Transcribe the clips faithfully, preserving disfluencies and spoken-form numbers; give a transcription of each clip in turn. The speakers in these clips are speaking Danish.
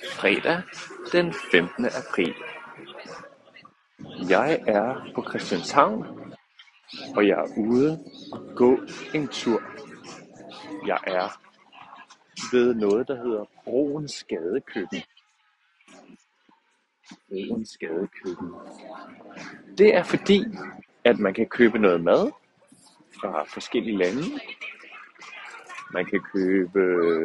Fredag den femtende april. Jeg er på Christianshavn, og jeg er ude og gå en tur. Jeg er ved noget, der hedder Broens Gadekøkken. Broens Gadekøkken. Det er fordi, at man kan købe noget mad fra forskellige lande. Man kan købe...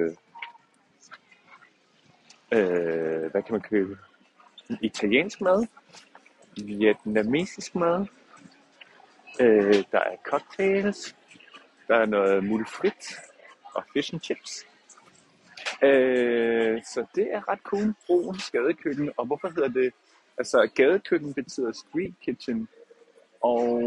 Øh, hvad kan man købe? Italiensk mad, vietnamesisk mad, øh, der er cocktails, der er noget moules frites og fish and chips. Øh, så det er ret cool. Broens Gadekøkken. Og hvorfor hedder det? Altså, gadekøkken betyder street kitchen, og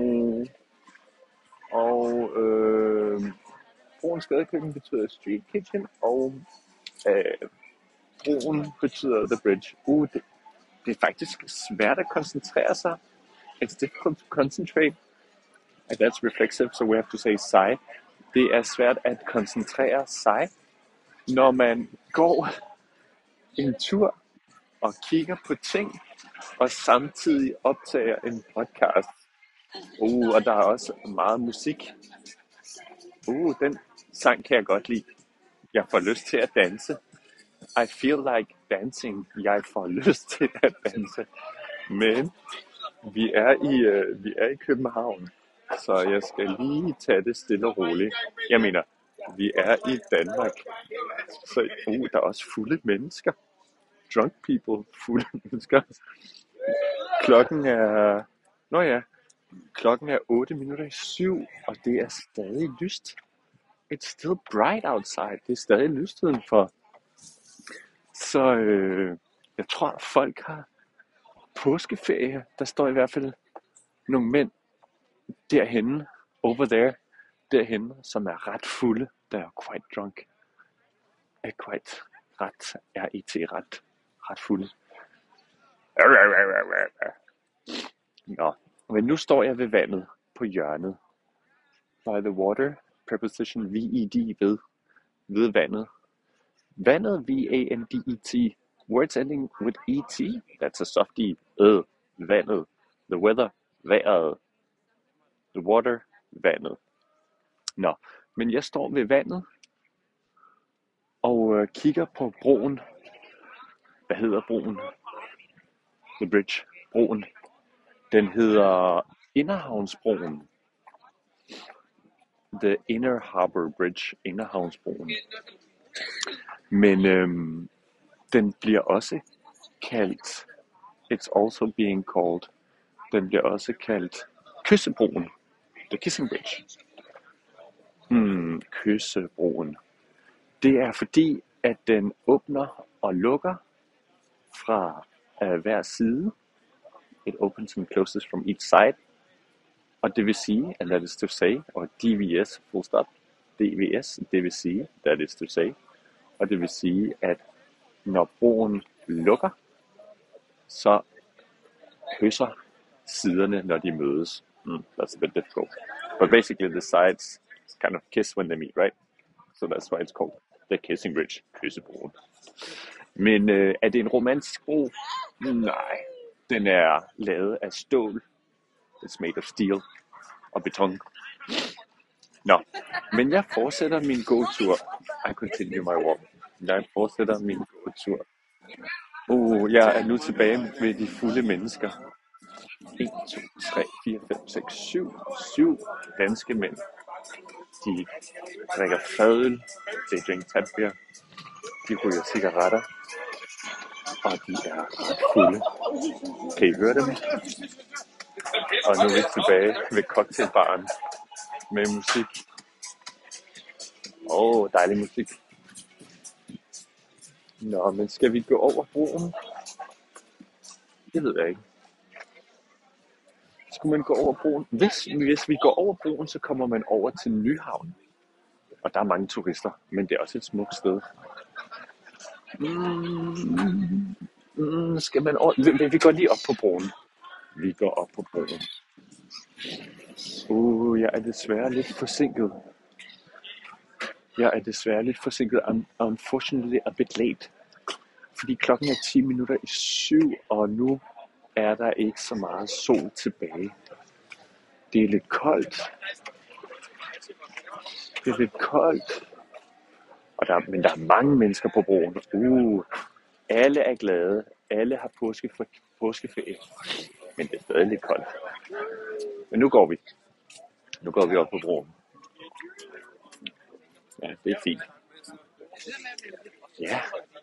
og øh, Broens Gadekøkken betyder street kitchen, og øh, broen betyder the bridge. Uh, det, det er faktisk svært at koncentrere sig. It's difficult to concentrate. And that's reflexive, so we have to say sigh. Det er svært at koncentrere sig, når man går en tur og kigger på ting, og samtidig optager en podcast. Uh, og der er også meget musik. Uh, den sang kan jeg godt lide. Jeg får lyst til at danse. I feel like dancing. Jeg får lyst til at danse. Men vi er i, øh, vi er i København, så jeg skal lige tage det stille og roligt. Jeg mener, vi er i Danmark, så uh, der er også fulde mennesker. Drunk people, fulde mennesker. Klokken er, nå ja, klokken er otte minutter i syv, og det er stadig lyst. It's still bright outside. Det er stadig lyst udenfor. Så øh, jeg tror, folk har påskeferie. Der står i hvert fald nogle mænd derhenne, over there, derhenne, som er ret fulde. Der er quite drunk. Er quite, ret, R-E-T, ret, ret fulde. Nå, men nu står jeg ved vandet på hjørnet. By the water, preposition V E D, ved, ved vandet. Vandet, V A N D E T, words ending with E T, that's a soft E, øh, vandet, the weather, vejret, the water, vandet. Nå, men jeg står ved vandet, og øh, kigger på broen. Hvad hedder broen? The bridge, broen. Den hedder Inderhavnsbroen. The Inner Harbor Bridge, Inderhavnsbroen. Men øhm, den bliver også kaldt, it's also being called, den bliver også kaldt Kyssebroen, the Kissing Bridge. Hmm, Kyssebroen. Det er fordi, at den åbner og lukker fra uh, hver side. It opens and closes from each side. Og det vil sige, and that is to say, og D V S, full stop, D V S, det vil sige, that is to say, og det vil sige, at når broen lukker, så kysser siderne, når de mødes. Mm, that's a bit difficult. But basically the sides kind of kiss when they meet, right? So that's why it's called the Kissing Bridge, Kyssebroen. Men øh, er det en romantisk bro? Nej, den er lavet af stål. It's made of steel og beton. Nå, men jeg fortsætter min gåtur. I continue my walk. Jeg fortsætter min gåtur. Uh, jeg er nu tilbage ved de fulde mennesker. en, to, tre, fire, fem, seks, syv. Syv danske mænd. De drikker fadøl. De drink tatbier. De ryger cigaretter. Og de er ret fulde. Kan I høre dem? Og nu er vi tilbage ved cocktailbaren med musik. Åh, oh, dejlig musik. Nå, men skal vi gå over broen? Det ved jeg ikke. Skulle man gå over broen? Hvis, hvis vi går over broen, så kommer man over til Nyhavn. Og der er mange turister, men det er også et smukt sted. Mm, mm, skal man over? Vi, vi går lige op på broen. Vi går op på broen. Uh, jeg er desværre lidt forsinket. Jeg er desværre lidt forsinket. I'm unfortunately a bit late. fordi klokken er ti minutter i syv, og nu er der ikke så meget sol tilbage. Det er lidt koldt. Det er lidt koldt. Og der, men der er mange mennesker på broen. Uh, alle er glade. Alle har påskeferie. påskeferie. Men det er stadig lidt koldt. Men nu går vi. Nu går vi op på broen. Ja, det er fint. Ja.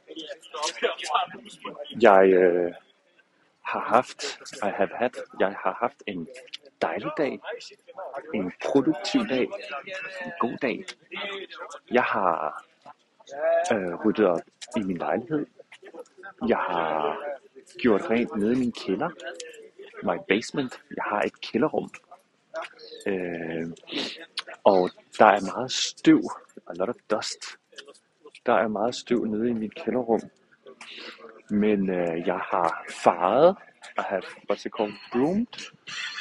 Jeg øh, har haft, I have had, jeg har haft en dejlig dag. En produktiv dag. En god dag. Jeg har øh, ryddet op i min lejlighed. Jeg har gjort rent nede i min kælder. My basement. Jeg har et kælderrum. Øh, og der er meget støv. A lot of dust. Der er meget støv nede i mit kælderrum. Men øh, jeg har faret. I have, what's it called? Broomed.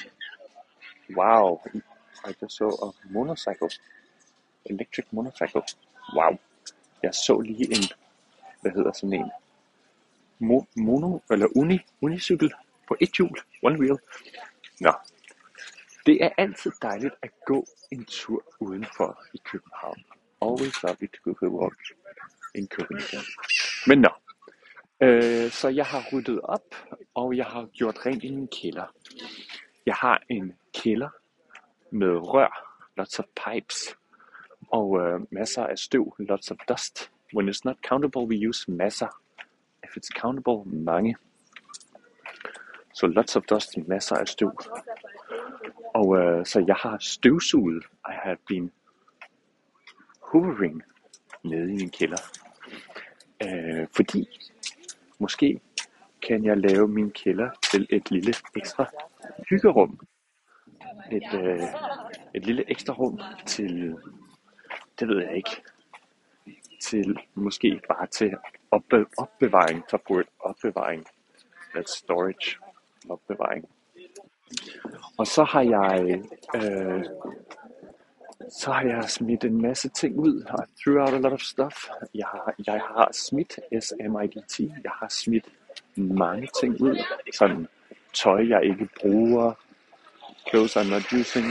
Wow. I just saw a motorcycle. Electric motorcycle. Wow. Jeg så lige en, hvad hedder sådan en? Mo- mono, eller uni, unicykel på et hjul. One wheel. Nå. Det er altid dejligt at gå en tur udenfor i København. Always lovely to go walk in Copenhagen. Men nå. Øh, så jeg har ryddet op, og jeg har gjort rent i min kælder. Jeg har en kælder med rør, lots of pipes, og øh, masser af støv, lots of dust. When it's not countable, we use masser. If it's countable, mange. Så lots of dust, masser af støv. Og øh, så jeg har støvsuget. I have been hoovering nede i min kælder. Øh, fordi måske kan jeg lave min kælder til et lille ekstra hyggerum. Et, øh, et lille ekstra rum til, det ved jeg ikke, til måske bare til opbe- opbevaring, top word, opbevaring, that's storage, opbevaring. Og så har jeg, øh, så har jeg smidt en masse ting ud. I threw out a lot of stuff. Jeg har, jeg har smidt, S M I D T, jeg har smidt mange ting ud. Sådan tøj, jeg ikke bruger, clothes I'm not using,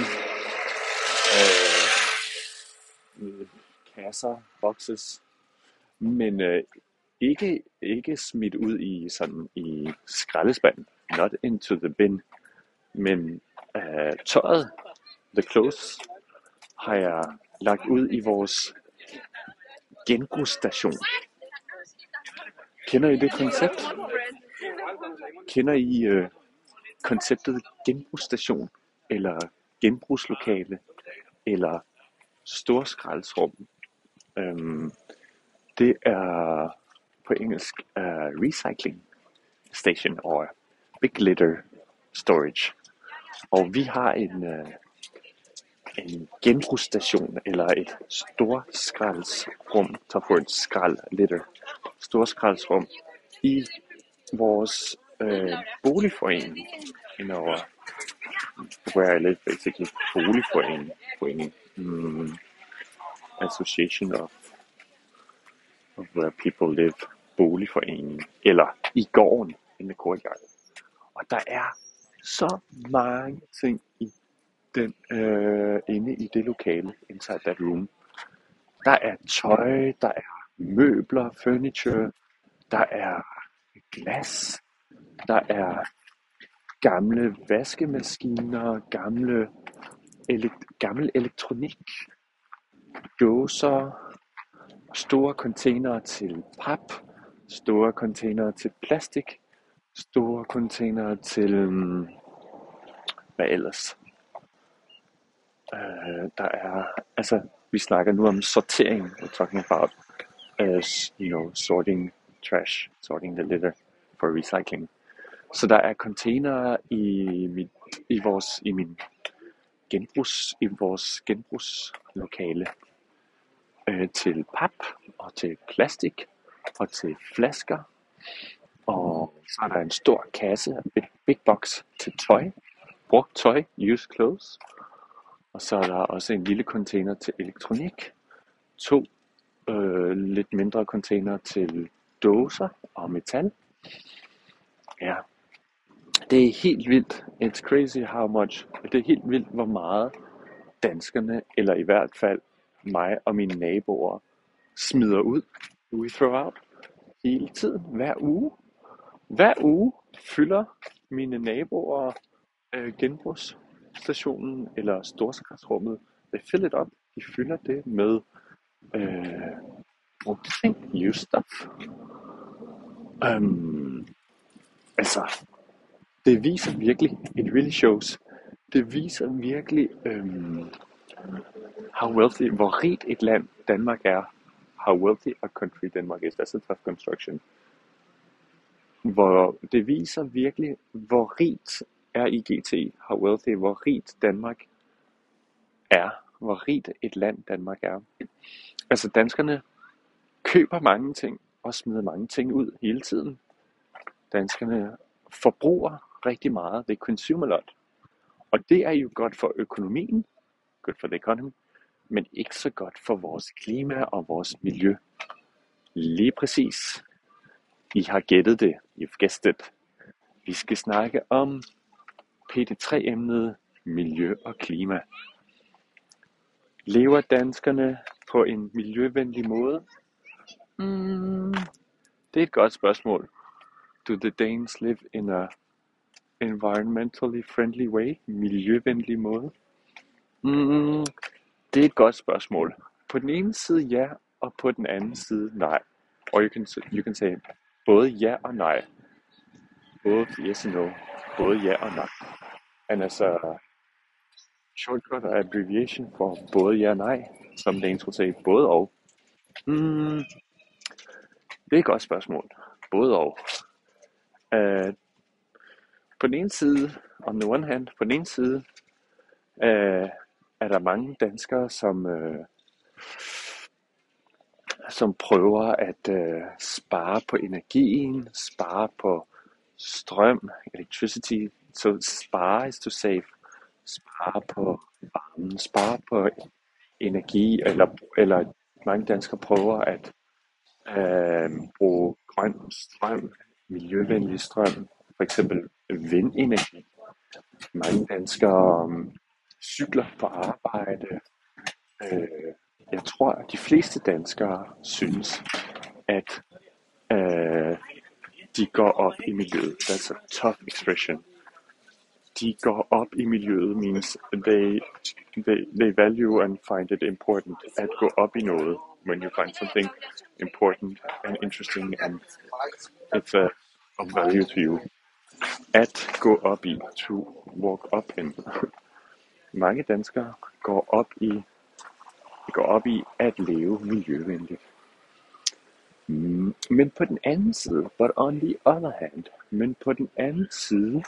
øh, kasser, boxes, men øh, ikke, ikke smidt ud i sådan i skraldespanden, not into the bin, men øh, tøjet, the clothes, har jeg lagt ud i vores genbrugsstation. Kender I det koncept? Kender I øh, konceptet genbrugsstation, eller genbrugslokale, eller storskraldsrum? Øhm, det er på engelsk uh, recycling station, og big litter storage. Og vi har en, uh, en genbrugsstation, eller et storskraldsrum, tager for et skrald, litter, storskraldsrum, i vores uh, boligforening, in our, where I live, basically, boligforening, forening, mm, association of, of where people live, boligforening, eller i gården, in the courtyard. Og der er så mange ting i den, øh, inde i det lokale, inside that room. Der er tøj, der er møbler, furniture, der er glas, der er gamle vaskemaskiner, gamle elekt- gammel elektronik, dåser, store containere til pap, store containere til plastik, store containere til, hvad ellers? Uh, der er, altså, vi snakker nu om sortering. We're talking about, uh, you know, sorting trash, sorting the litter for recycling. Så der er containere i mit, i vores, i min genbrugs, i vores genbrugslokale, uh, til pap og til plastik og til flasker. Og så er der en stor kasse, big, big box til tøj, brugt tøj, used clothes. Og så er der også en lille container til elektronik, to øh, lidt mindre container til dåser og metal. Ja, det er helt vildt. It's crazy how much. Det er helt vildt, hvor meget danskerne, eller i hvert fald mig og mine naboer, smider ud. We throw out. Hele tiden, hver uge. Hver uge fylder mine naboer øh, genbrugsstationen eller storskraldsrummet. They fill it up. De fylder det med øh, brugte ting, used stuff. Um, altså, det viser virkelig, it really shows, det viser virkelig, um, how wealthy, hvor rigt et land Danmark er. How wealthy a country Denmark is. That's a tough construction. Hvor det viser virkelig, hvor rigt er I G T. How wealthy, hvor rigt Danmark er. Hvor rigt et land Danmark er. Altså danskerne køber mange ting og smider mange ting ud hele tiden. Danskerne forbruger rigtig meget. They consume a lot. Og det er jo godt for økonomien. Good for the economy. Men ikke så godt for vores klima og vores miljø. Lige præcis. I har gættet det. You've guessed it. Vi skal snakke om P D tre emnet miljø og klima. Lever danskerne på en miljøvenlig måde? Mm, det er et godt spørgsmål. Do the Danes live in a environmentally friendly way? Miljøvenlig måde? Mm, det er et godt spørgsmål. På den ene side ja, og på den anden side nej. Og you can, you can say både ja og nej. Både yes and no. Både ja og nej. And as a shortcut og abbreviation for både ja og nej, som Danes would say, både og. Mm, det er et godt spørgsmål. Både og. Uh, på den ene side, on the one hand, på den ene side, uh, er der mange danskere, som, uh, som prøver at uh, spare på energien, spare på strøm, electricity. Så spare is to save. Spare på varmen, spare på energi, eller, eller mange danskere prøver at øh, bruge grøn strøm, miljøvenlig strøm, for eksempel vindenergi. Mange danskere um, cykler på arbejde. Øh, jeg tror, at de fleste danskere synes, at øh, de går op i miljøet. That's a tough expression. De går op i miljøet means they, they, they value and find it important at gå op i noget. When you find something important and interesting and it's a, of value to you. At gå op i, to walk up in. Mange danskere går op i, går op i at leve miljøvenligt. Men på den anden side, but on the other hand, men på den anden side,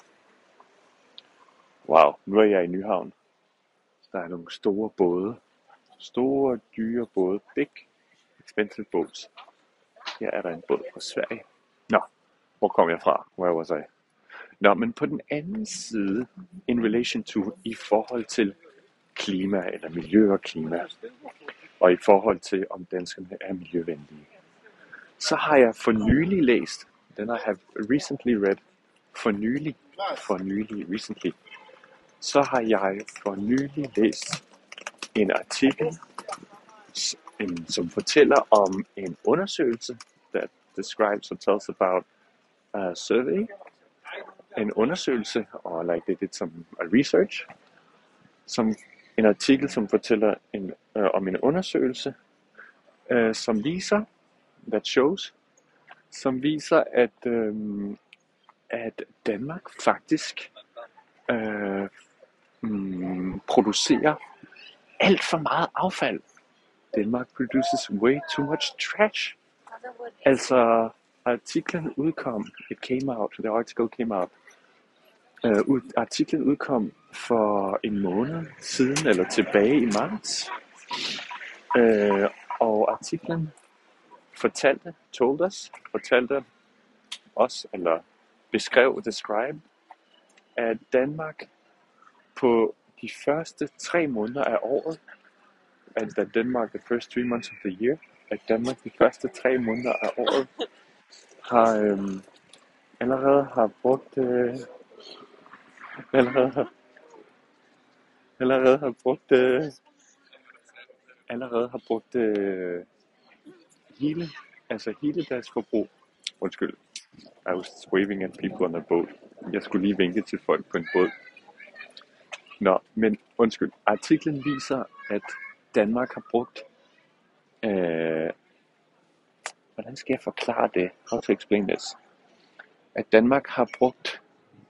wow, nu er jeg i Nyhavn. Der er nogle store både. Store, dyre både. Big, expensive boats. Her er der en båd fra Sverige. Nå, hvor kom jeg fra? Where was I? Nå, men på den anden side, in relation to, i forhold til klima, eller miljø og klima, og i forhold til, om danskerne er miljøvenlige, så har jeg for nylig læst, den I have recently read, for nylig, for nylig, recently, så har jeg for nylig læst en artikel, en, som fortæller om en undersøgelse, that describes or tells about a survey, en undersøgelse, og like they did some a research, som en artikel, som fortæller en, uh, om en undersøgelse, uh, som viser, that shows, som viser, at, um, at Danmark faktisk uh, um, producerer alt for meget affald. Denmark produces way too much trash. Altså, artiklen udkom, it came out, the article came out. Uh, artiklen udkom for en måned siden, eller tilbage i marts. Uh, og artiklen fortalte, told us, fortalte os, eller beskrev, describe, at Danmark på de første tre måneder af året, at Denmark the first three months of the year, at Danmark de første tre måneder af året har øhm, allerede har brugt øh, allerede har, allerede har brugt øh, allerede har brugt øh, hele altså hele deres forbrug. Undskyld, I was waving at people on a boat. Jeg skulle lige vinke til folk på en båd. Nå, men undskyld. Artiklen viser, at Danmark har brugt øh, hvordan skal jeg forklare det? How to explain this? At Danmark har brugt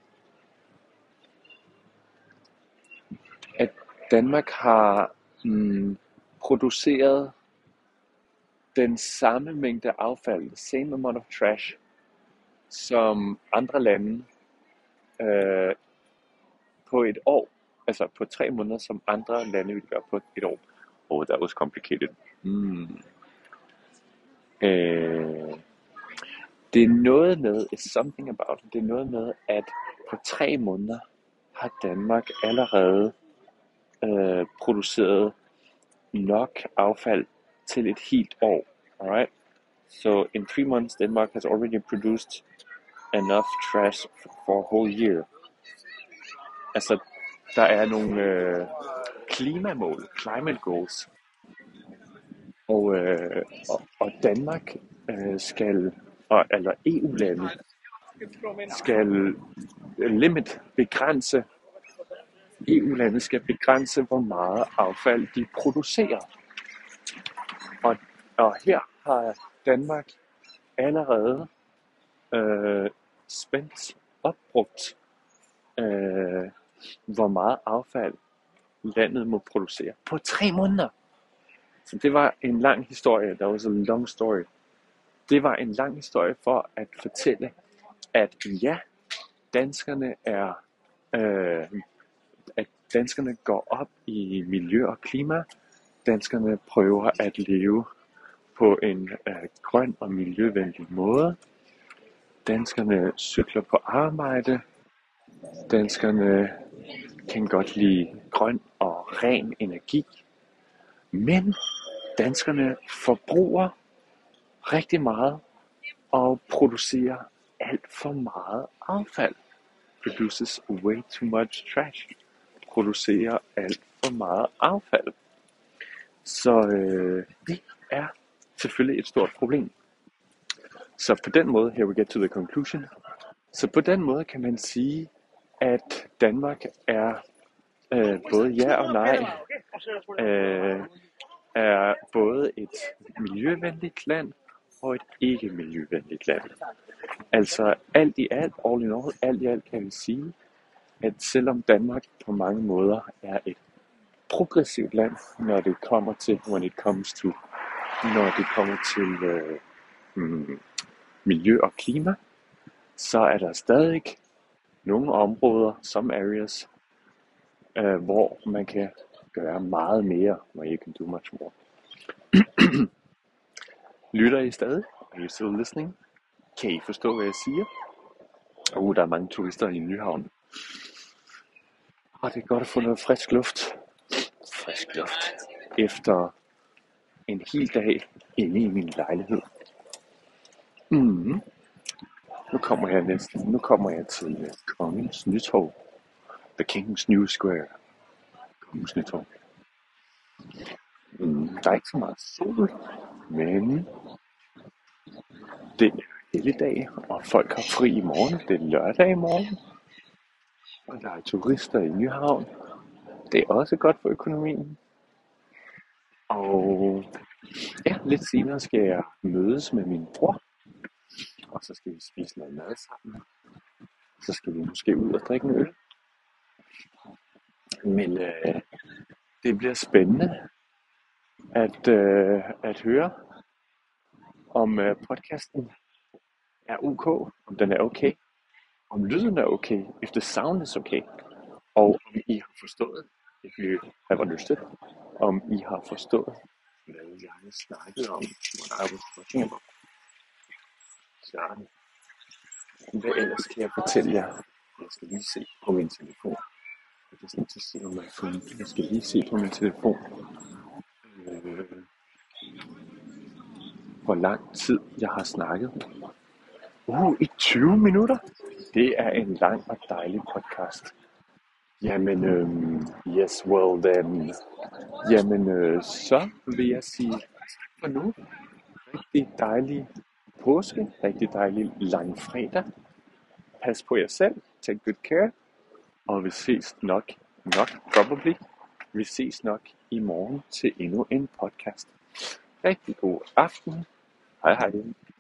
at Danmark har mm, produceret den samme mængde affald, the same amount of trash, som andre lande øh, på et år, altså på tre måneder, som andre lande vil gøre på et år. Oh, that was complicated. Mm. Øh, det er noget med, it's something about, det er noget med, at på tre måneder har Danmark allerede øh, produceret nok affald til et helt år. Alright? So in three months, Denmark has already produced enough trash for a whole year. Altså, der er nogle øh, klimamål, climate goals, og, øh, og, og Danmark øh, skal, og, eller E U-lande, skal limit, begrænse, E U-lande skal begrænse, hvor meget affald de producerer. Og, og her har Danmark allerede øh, spændt opbrugt, øh, hvor meget affald landet må producere på tre måneder. Så det var en lang historie. That was a long story. Det var en lang historie for at fortælle, at ja, danskerne er, øh, at danskerne går op i miljø og klima. Danskerne prøver at leve på en øh, grøn og miljøvenlig måde. Danskerne cykler på arbejde. Danskerne kan godt lide grøn og ren energi. Men danskerne forbruger rigtig meget og producerer alt for meget affald. Produces way too much trash. Producerer alt for meget affald. Så øh, det er selvfølgelig et stort problem. Så på den måde, here we get to the conclusion. Så på den måde kan man sige, at Danmark er øh, både ja og nej. Øh, er både et miljøvenligt land og et ikke miljøvenligt land. Altså alt i alt, all in all, alt i alt kan vi sige, at selvom Danmark på mange måder er et progressivt land, når det kommer til, when it comes to, når det kommer til øh, mm, miljø og klima, så er der stadig nogle områder, some areas, øh, hvor man kan gøre meget mere, where you can do much more. Lytter I stadig? Are you still listening? Kan I forstå, hvad jeg siger? Uh, der er mange turister i Nyhavn. Og det er godt at få noget frisk luft. Frisk luft. Efter en hel dag inde i min lejlighed. Mm. Nu kommer jeg næsten. Nu kommer jeg til Kongens Nytorv. The King's New Square. Kongens Nytorv. Mm. Der er ikke så meget sol, men det er helligdag, og folk har fri i morgen. Det er lørdag i morgen. Og der er turister i Nyhavn. Det er også godt for økonomien. Og ja, lidt senere skal jeg mødes med min bror. Og så skal vi spise noget mad sammen. Så skal vi måske ud og drikke en øl. Men øh, det bliver spændende at, øh, at høre, om øh, podcasten er ok, om den er okay, om lyden er okay, if the sound is okay, og om I har forstået, if you have understood, om I har forstået, hvad jeg snakkede om, what I was talking about. Så hvad ellers kan jeg fortælle jer? Jeg skal lige se på min telefon. Jeg skal lige se på min telefon. Jeg skal lige se på min telefon. Øh, hvor lang tid jeg har snakket. Uh, i tyve minutter? Det er en lang og dejlig podcast. Jamen, øhm, yes, well then. Jamen, øh, så vil jeg sige tak for nu. Rigtig dejlig påske, rigtig dejlig langfredag. Pas på jer selv, take good care, og vi ses nok, nok, probably, vi ses nok i morgen til endnu en podcast. Rigtig god aften. Hej hej.